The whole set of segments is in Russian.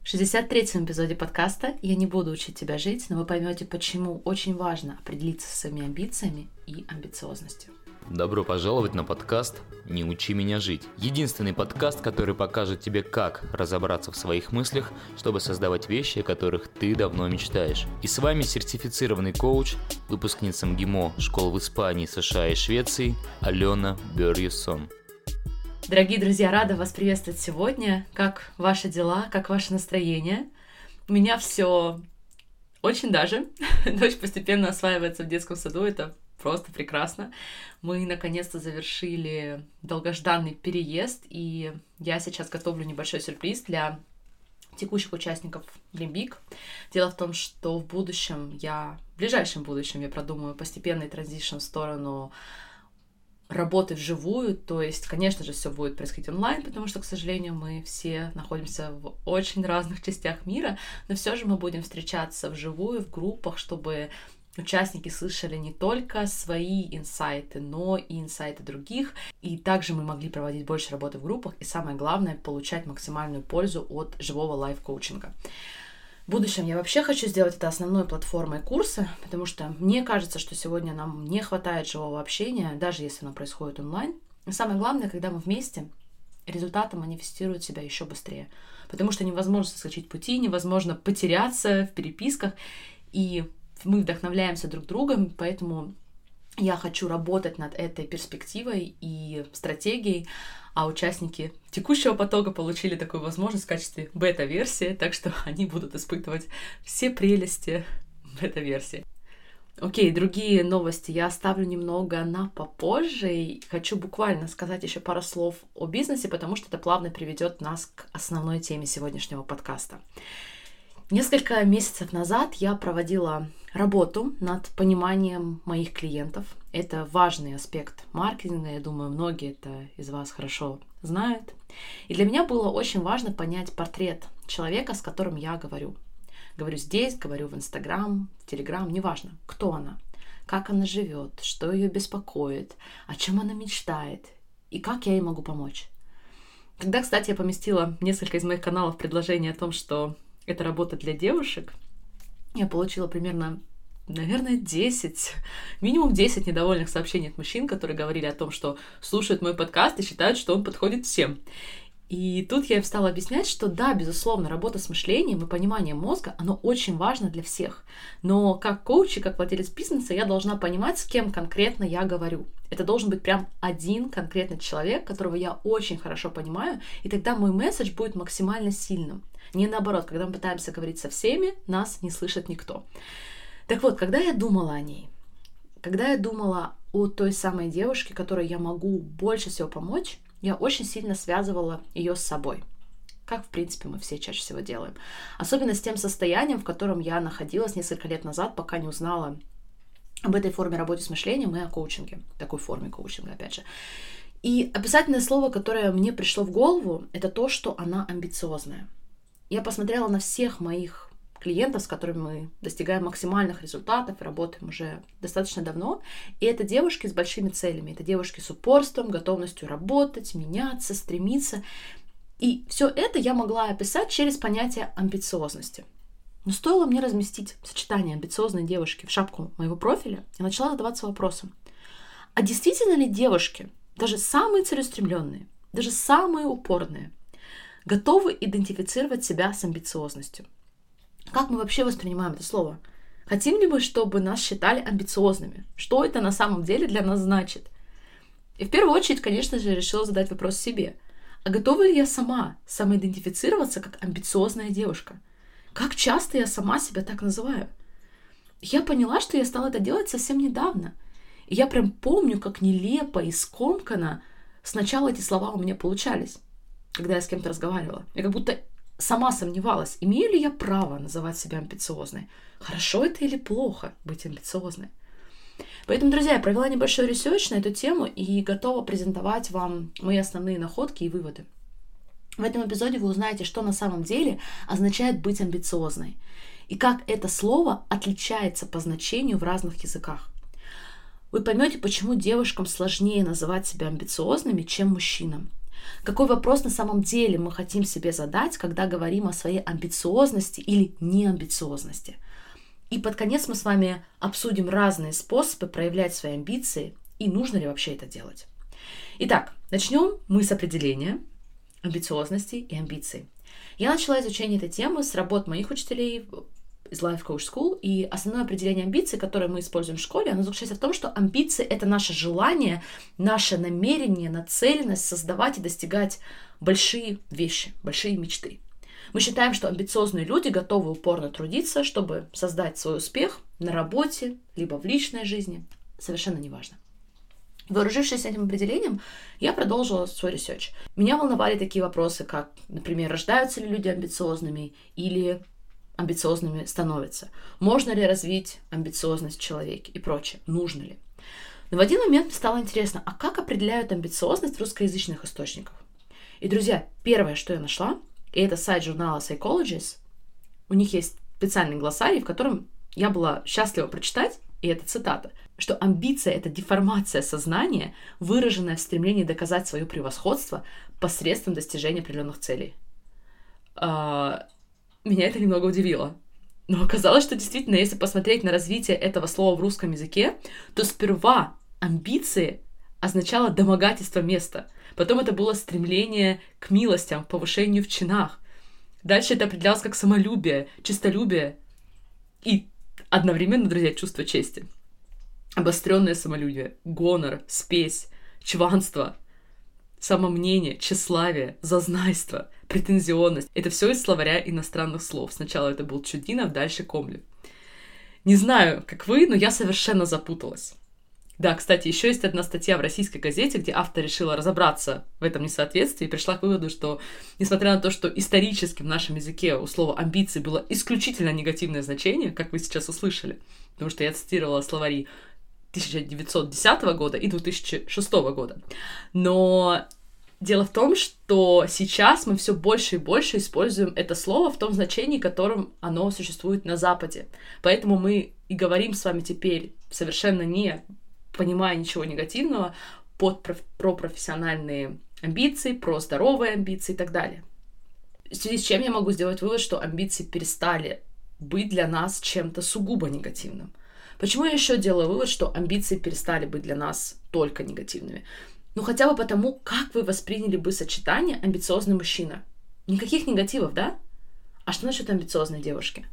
В 63-м эпизоде подкаста «Я не буду учить тебя жить», но вы поймете, почему очень важно определиться со своими амбициями и амбициозностью. Добро пожаловать на подкаст «Не учи меня жить». Единственный подкаст, который покажет тебе, как разобраться в своих мыслях, чтобы создавать вещи, о которых ты давно мечтаешь. И с вами сертифицированный коуч, выпускница МГИМО школ в Испании, США и Швеции Алена Бёрьесон. Дорогие друзья, рада вас приветствовать сегодня. Как ваши дела, как ваше настроение? У меня все очень даже. Дочь постепенно осваивается в детском саду, это просто прекрасно. Мы наконец-то завершили долгожданный переезд, и я сейчас готовлю небольшой сюрприз для текущих участников Dream Big. Дело в том, что в ближайшем будущем я продумаю постепенный транзишн в сторону работы вживую, то есть, конечно же, все будет происходить онлайн, потому что, к сожалению, мы все находимся в очень разных частях мира, но все же мы будем встречаться вживую, в группах, чтобы участники слышали не только свои инсайты, но и инсайты других, и также мы могли проводить больше работы в группах, и самое главное, получать максимальную пользу от живого лайф-коучинга. В будущем я вообще хочу сделать это основной платформой курса, потому что мне кажется, что сегодня нам не хватает живого общения, даже если оно происходит онлайн. И самое главное, когда мы вместе, результаты манифестируют себя еще быстрее, потому что невозможно соскочить пути, невозможно потеряться в переписках, и мы вдохновляемся друг другом, поэтому я хочу работать над этой перспективой и стратегией, а участники текущего потока получили такую возможность в качестве бета-версии, так что они будут испытывать все прелести бета-версии. Окей, другие новости я оставлю немного на попозже. И хочу буквально сказать еще пару слов о бизнесе, потому что это плавно приведет нас к основной теме сегодняшнего подкаста. Несколько месяцев назад я проводила работу над пониманием моих клиентов. Это важный аспект маркетинга, я думаю, многие это из вас хорошо знают. И для меня было очень важно понять портрет человека, с которым я говорю. Говорю здесь, говорю в Инстаграм, в Телеграм, неважно, кто она, как она живет, что ее беспокоит, о чем она мечтает и как я ей могу помочь. Когда, кстати, я поместила несколько из моих каналов предложение о том, что это работа для девушек, я получила примерно, наверное, минимум 10 недовольных сообщений от мужчин, которые говорили о том, что слушают мой подкаст и считают, что он подходит всем. И тут я им стала объяснять, что да, безусловно, работа с мышлением и пониманием мозга, оно очень важно для всех. Но как коуч и как владелец бизнеса я должна понимать, с кем конкретно я говорю. Это должен быть прям один конкретный человек, которого я очень хорошо понимаю, и тогда мой месседж будет максимально сильным. Не наоборот, когда мы пытаемся говорить со всеми, нас не слышит никто. Так вот, когда я думала о ней, когда я думала о той самой девушке, которой я могу больше всего помочь, я очень сильно связывала ее с собой. Как, в принципе, мы все чаще всего делаем. Особенно с тем состоянием, в котором я находилась несколько лет назад, пока не узнала об этой форме работы с мышлением и о коучинге. Такой форме коучинга, опять же. И описательное слово, которое мне пришло в голову, это то, что она амбициозная. Я посмотрела на всех моих клиентов, с которыми мы достигаем максимальных результатов и работаем уже достаточно давно. И это девушки с большими целями. Это девушки с упорством, готовностью работать, меняться, стремиться. И все это я могла описать через понятие амбициозности. Но стоило мне разместить сочетание амбициозной девушки в шапку моего профиля, я начала задаваться вопросом. А действительно ли девушки, даже самые целеустремленные, даже самые упорные, готовы идентифицировать себя с амбициозностью? Как мы вообще воспринимаем это слово? Хотим ли мы, чтобы нас считали амбициозными? Что это на самом деле для нас значит? И в первую очередь, конечно же, решила задать вопрос себе. А готова ли я сама самоидентифицироваться как амбициозная девушка? Как часто я сама себя так называю? Я поняла, что я стала это делать совсем недавно. И я прям помню, как нелепо и скомканно сначала эти слова у меня получались, когда я с кем-то разговаривала. Я как будто сама сомневалась, имею ли я право называть себя амбициозной. Хорошо это или плохо быть амбициозной? Поэтому, друзья, я провела небольшой ресерч на эту тему и готова презентовать вам мои основные находки и выводы. В этом эпизоде вы узнаете, что на самом деле означает быть амбициозной и как это слово отличается по значению в разных языках. Вы поймете, почему девушкам сложнее называть себя амбициозными, чем мужчинам. Какой вопрос на самом деле мы хотим себе задать, когда говорим о своей амбициозности или неамбициозности? И под конец мы с вами обсудим разные способы проявлять свои амбиции и нужно ли вообще это делать. Итак, начнем мы с определения амбициозности и амбиций. Я начала изучение этой темы с работ моих учителей из Life Coach School, и основное определение амбиций, которое мы используем в школе, оно заключается в том, что амбиции — это наше желание, наше намерение, нацеленность создавать и достигать большие вещи, большие мечты. Мы считаем, что амбициозные люди готовы упорно трудиться, чтобы создать свой успех на работе, либо в личной жизни, совершенно неважно. Вооружившись этим определением, я продолжила свой ресерч. Меня волновали такие вопросы, как, например, рождаются ли люди амбициозными или амбициозными становятся. Можно ли развить амбициозность в человеке и прочее? Нужно ли? Но в один момент мне стало интересно, а как определяют амбициозность в русскоязычных источниках? И, друзья, первое, что я нашла, и это сайт журнала Psychologist, у них есть специальный глоссарий, в котором я была счастлива прочитать, и это цитата, что амбиция — это деформация сознания, выраженная в стремлении доказать свое превосходство посредством достижения определенных целей. Меня это немного удивило. Но оказалось, что действительно, если посмотреть на развитие этого слова в русском языке, то сперва амбиции означало домогательство места. Потом это было стремление к милостям, к повышению в чинах. Дальше это определялось как самолюбие, честолюбие и одновременно, друзья, чувство чести. Обостренное самолюбие, гонор, спесь, чванство, самомнение, тщеславие, зазнайство, претензионность. Это все из словаря иностранных слов. Сначала это был Чудинов, дальше Комлев. Не знаю, как вы, но я совершенно запуталась. Да, кстати, еще есть одна статья в российской газете, где автор решила разобраться в этом несоответствии и пришла к выводу, что, несмотря на то, что исторически в нашем языке у слова «амбиции» было исключительно негативное значение, как вы сейчас услышали, потому что я цитировала словари 1910 года и 2006 года. Но дело в том, что сейчас мы все больше и больше используем это слово в том значении, которым оно существует на Западе. Поэтому мы и говорим с вами теперь совершенно не понимая ничего негативного про профессиональные амбиции, про здоровые амбиции и так далее. В связи с чем я могу сделать вывод, что амбиции перестали быть для нас чем-то сугубо негативным. Почему я еще делаю вывод, что амбиции перестали быть для нас только негативными? Ну, хотя бы потому, как вы восприняли бы сочетание амбициозный мужчина. Никаких негативов, да? А что насчет амбициозной девушки?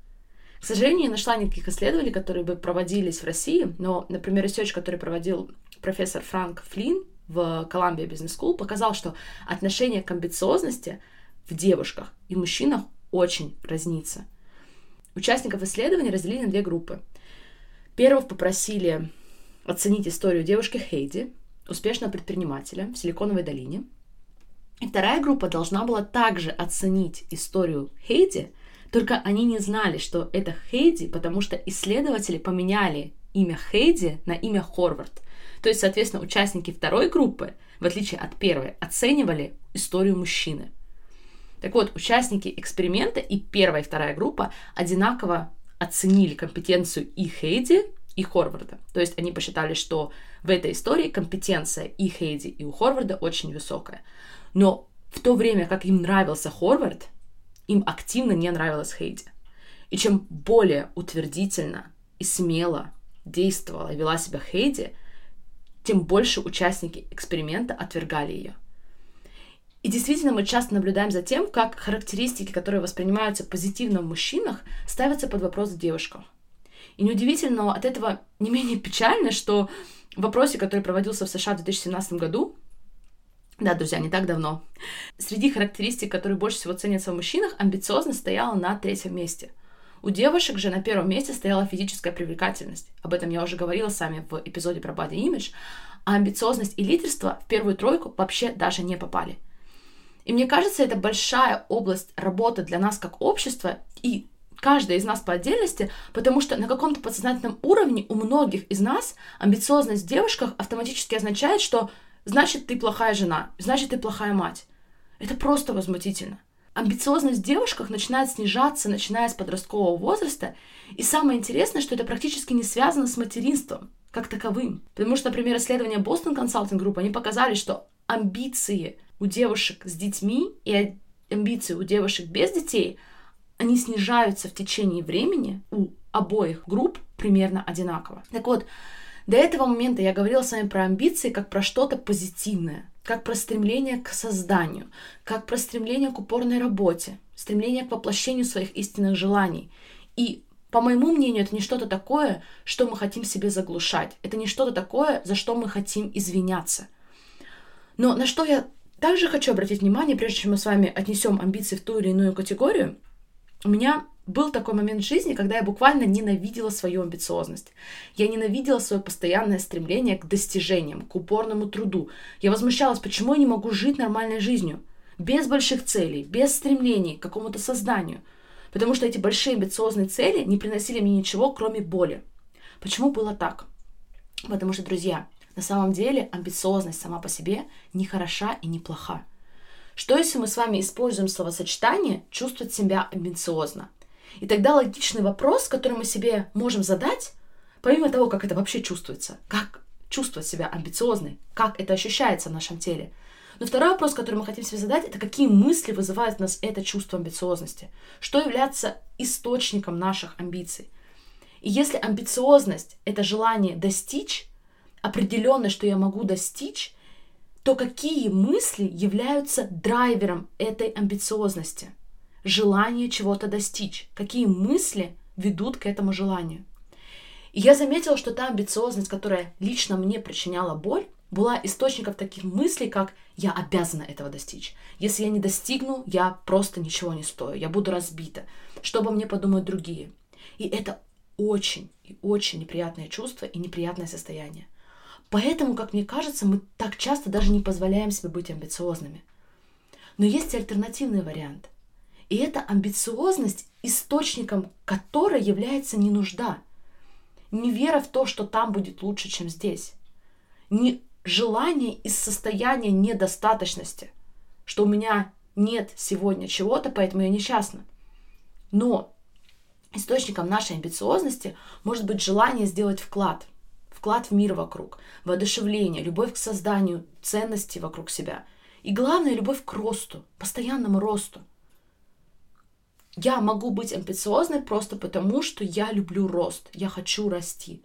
К сожалению, не нашла никаких исследований, которые бы проводились в России, но, например, ресерч, который проводил профессор Франк Флинн в Columbia Business School, показал, что отношение к амбициозности в девушках и мужчинах очень разнится. Участников исследования разделили на две группы. Первых попросили оценить историю девушки Хейди, успешного предпринимателя в Силиконовой долине. И вторая группа должна была также оценить историю Хейди, только они не знали, что это Хейди, потому что исследователи поменяли имя Хейди на имя Хорвард. То есть, соответственно, участники второй группы, в отличие от первой, оценивали историю мужчины. Так вот, участники эксперимента и первая и вторая группа одинаково оценили компетенцию и Хейди, и Хорварда. То есть они посчитали, что в этой истории компетенция и Хейди, и у Хорварда очень высокая. Но в то время, как им нравился Хорвард, им активно не нравилась Хейди. И чем более утвердительно и смело действовала и вела себя Хейди, тем больше участники эксперимента отвергали ее. И действительно, мы часто наблюдаем за тем, как характеристики, которые воспринимаются позитивно в мужчинах, ставятся под вопрос в девушках. И неудивительно, но от этого не менее печально, что в опросе, который проводился в США в 2017 году, да, друзья, не так давно, среди характеристик, которые больше всего ценятся в мужчинах, амбициозность стояла на 3-м месте. У девушек же на 1-м месте стояла физическая привлекательность. Об этом я уже говорила с вами в эпизоде про body image. А амбициозность и лидерство в первую тройку вообще даже не попали. И мне кажется, это большая область работы для нас как общества и каждая из нас по отдельности, потому что на каком-то подсознательном уровне у многих из нас амбициозность в девушках автоматически означает, что значит ты плохая жена, значит ты плохая мать. Это просто возмутительно. Амбициозность в девушках начинает снижаться, начиная с подросткового возраста, и самое интересное, что это практически не связано с материнством как таковым. Потому что, например, исследования Boston Consulting Group, они показали, что амбиции у у девушек с детьми и амбиции у девушек без детей, они снижаются в течение времени у обоих групп примерно одинаково. Так вот, до этого момента я говорила с вами про амбиции как про что-то позитивное, как про стремление к созданию, как про стремление к упорной работе, стремление к воплощению своих истинных желаний. И, по моему мнению, это не что-то такое, что мы хотим себе заглушать. Это не что-то такое, за что мы хотим извиняться. Но на что я также хочу обратить внимание, прежде чем мы с вами отнесем амбиции в ту или иную категорию, у меня был такой момент в жизни, когда я буквально ненавидела свою амбициозность. Я ненавидела свое постоянное стремление к достижениям, к упорному труду. Я возмущалась, почему я не могу жить нормальной жизнью, без больших целей, без стремлений к какому-то созданию. Потому что эти большие амбициозные цели не приносили мне ничего, кроме боли. Почему было так? Потому что, друзья, на самом деле амбициозность сама по себе не хороша и не плоха. Что если мы с вами используем словосочетание «чувствовать себя амбициозно»? И тогда логичный вопрос, который мы себе можем задать, помимо того, как это вообще чувствуется, как чувствовать себя амбициозной, как это ощущается в нашем теле. Но второй вопрос, который мы хотим себе задать, это какие мысли вызывает в нас это чувство амбициозности, что является источником наших амбиций. И если амбициозность – это желание достичь, определенно, что я могу достичь, то какие мысли являются драйвером этой амбициозности? Желание чего-то достичь. Какие мысли ведут к этому желанию? И я заметила, что та амбициозность, которая лично мне причиняла боль, была источником таких мыслей, как «я обязана этого достичь». Если я не достигну, я просто ничего не стою, я буду разбита. Что обо мне подумают другие? И это очень и очень неприятное чувство и неприятное состояние. Поэтому, как мне кажется, мы так часто даже не позволяем себе быть амбициозными. Но есть альтернативный вариант. И это амбициозность, источником которой является не нужда, не вера в то, что там будет лучше, чем здесь, не желание из состояния недостаточности, что у меня нет сегодня чего-то, поэтому я несчастна. Но источником нашей амбициозности может быть желание сделать вклад в мир вокруг, воодушевление, любовь к созданию ценностей вокруг себя. И главное, любовь к росту, постоянному росту. Я могу быть амбициозной просто потому, что я люблю рост, я хочу расти.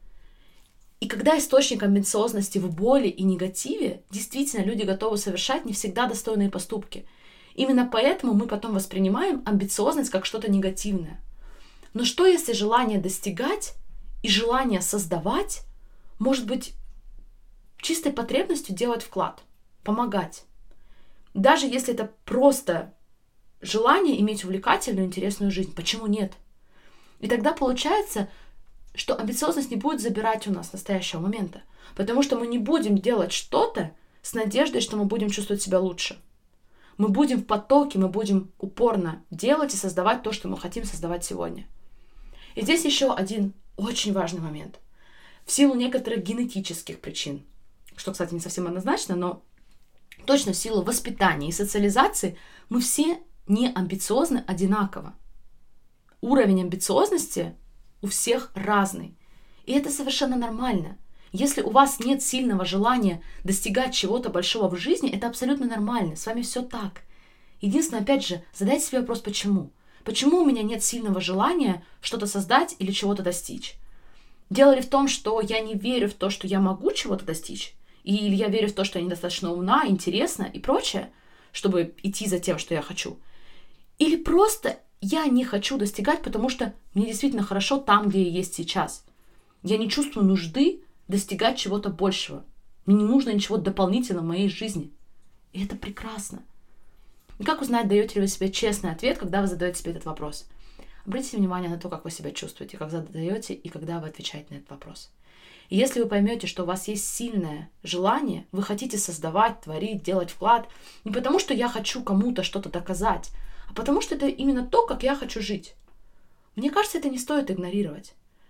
И когда источник амбициозности в боли и негативе, действительно люди готовы совершать не всегда достойные поступки. Именно поэтому мы потом воспринимаем амбициозность как что-то негативное. Но что если желание достигать и желание создавать может быть чистой потребностью делать вклад, помогать? Даже если это просто желание иметь увлекательную, интересную жизнь. Почему нет? И тогда получается, что амбициозность не будет забирать у нас настоящего момента. Потому что мы не будем делать что-то с надеждой, что мы будем чувствовать себя лучше. Мы будем в потоке, мы будем упорно делать и создавать то, что мы хотим создавать сегодня. И здесь еще один очень важный момент. В силу некоторых генетических причин, что, кстати, не совсем однозначно, но точно в силу воспитания и социализации мы все не амбициозны одинаково. Уровень амбициозности у всех разный. И это совершенно нормально. Если у вас нет сильного желания достигать чего-то большого в жизни, это абсолютно нормально. С вами все так. Единственное, опять же, задайте себе вопрос, почему? Почему у меня нет сильного желания что-то создать или чего-то достичь? Дело ли в том, что я не верю в то, что я могу чего-то достичь? Или я верю в то, что я недостаточно умна, интересна и прочее, чтобы идти за тем, что я хочу? Или просто я не хочу достигать, потому что мне действительно хорошо там, где я есть сейчас. Я не чувствую нужды достигать чего-то большего. Мне не нужно ничего дополнительного в моей жизни. И это прекрасно. И как узнать, даете ли вы себе честный ответ, когда вы задаете себе этот вопрос? Обратите внимание на то, как вы себя чувствуете, как задаете и когда вы отвечаете на этот вопрос. И если вы поймете, что у вас есть сильное желание, вы хотите создавать, творить, делать вклад, не потому что я хочу кому-то что-то доказать, а потому что это именно то, как я хочу жить. Мне кажется, это не стоит игнорировать.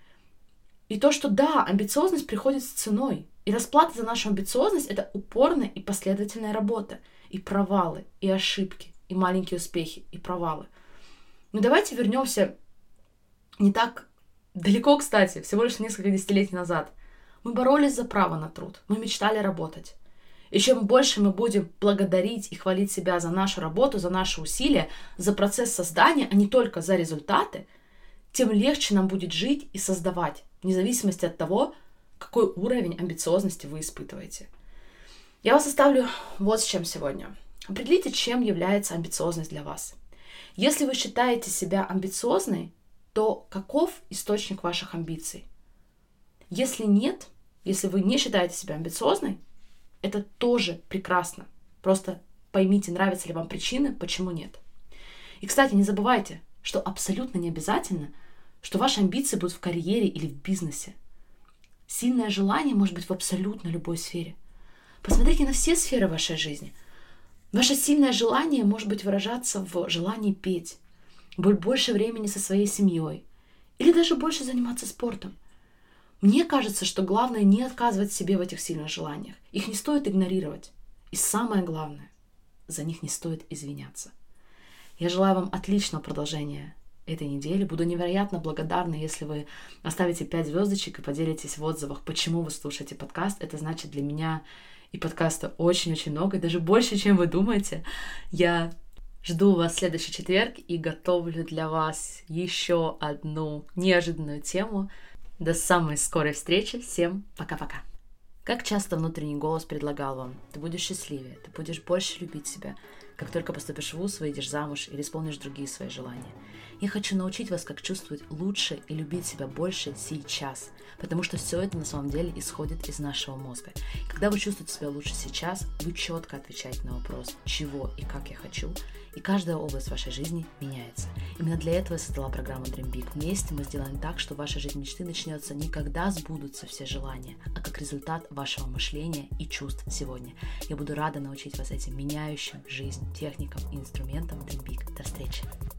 И то, что да, амбициозность приходит с ценой. И расплата за нашу амбициозность – это упорная и последовательная работа. И провалы, и ошибки, и маленькие успехи, и провалы. Но давайте вернемся не так далеко, кстати, всего лишь несколько десятилетий назад. Мы боролись за право на труд, мы мечтали работать. И чем больше мы будем благодарить и хвалить себя за нашу работу, за наши усилия, за процесс создания, а не только за результаты, тем легче нам будет жить и создавать, вне зависимости от того, какой уровень амбициозности вы испытываете. Я вас оставлю вот с чем сегодня. Определите, чем является амбициозность для вас. Если вы считаете себя амбициозной, то каков источник ваших амбиций? Если нет, если вы не считаете себя амбициозной, это тоже прекрасно. Просто поймите, нравятся ли вам причины, почему нет. И, кстати, не забывайте, что абсолютно не обязательно, что ваши амбиции будут в карьере или в бизнесе. Сильное желание может быть в абсолютно любой сфере. Посмотрите на все сферы вашей жизни. Ваше сильное желание может быть выражаться в желании петь, быть больше времени со своей семьей или даже больше заниматься спортом. Мне кажется, что главное не отказывать себе в этих сильных желаниях. Их не стоит игнорировать. И самое главное, за них не стоит извиняться. Я желаю вам отличного продолжения этой недели. Буду невероятно благодарна, если вы оставите 5 звездочек и поделитесь в отзывах, почему вы слушаете подкаст. Это значит для меня и подкаста очень-очень много, и даже больше, чем вы думаете. Я жду вас в следующий четверг и готовлю для вас еще одну неожиданную тему. До самой скорой встречи. Всем пока-пока. Как часто внутренний голос предлагал вам: ты будешь счастливее, ты будешь больше любить себя, как только поступишь в вуз, выйдешь замуж или исполнишь другие свои желания. Я хочу научить вас, как чувствовать лучше и любить себя больше сейчас, потому что все это на самом деле исходит из нашего мозга. И когда вы чувствуете себя лучше сейчас, вы четко отвечаете на вопрос, чего и как я хочу, и каждая область вашей жизни меняется. Именно для этого я создала программу Dream Big. Вместе мы сделаем так, что ваша жизнь мечты начнется не когда сбудутся все желания, а как результат вашего мышления и чувств сегодня. Я буду рада научить вас этим меняющим жизнь техникам и инструментам Dream Big. До встречи!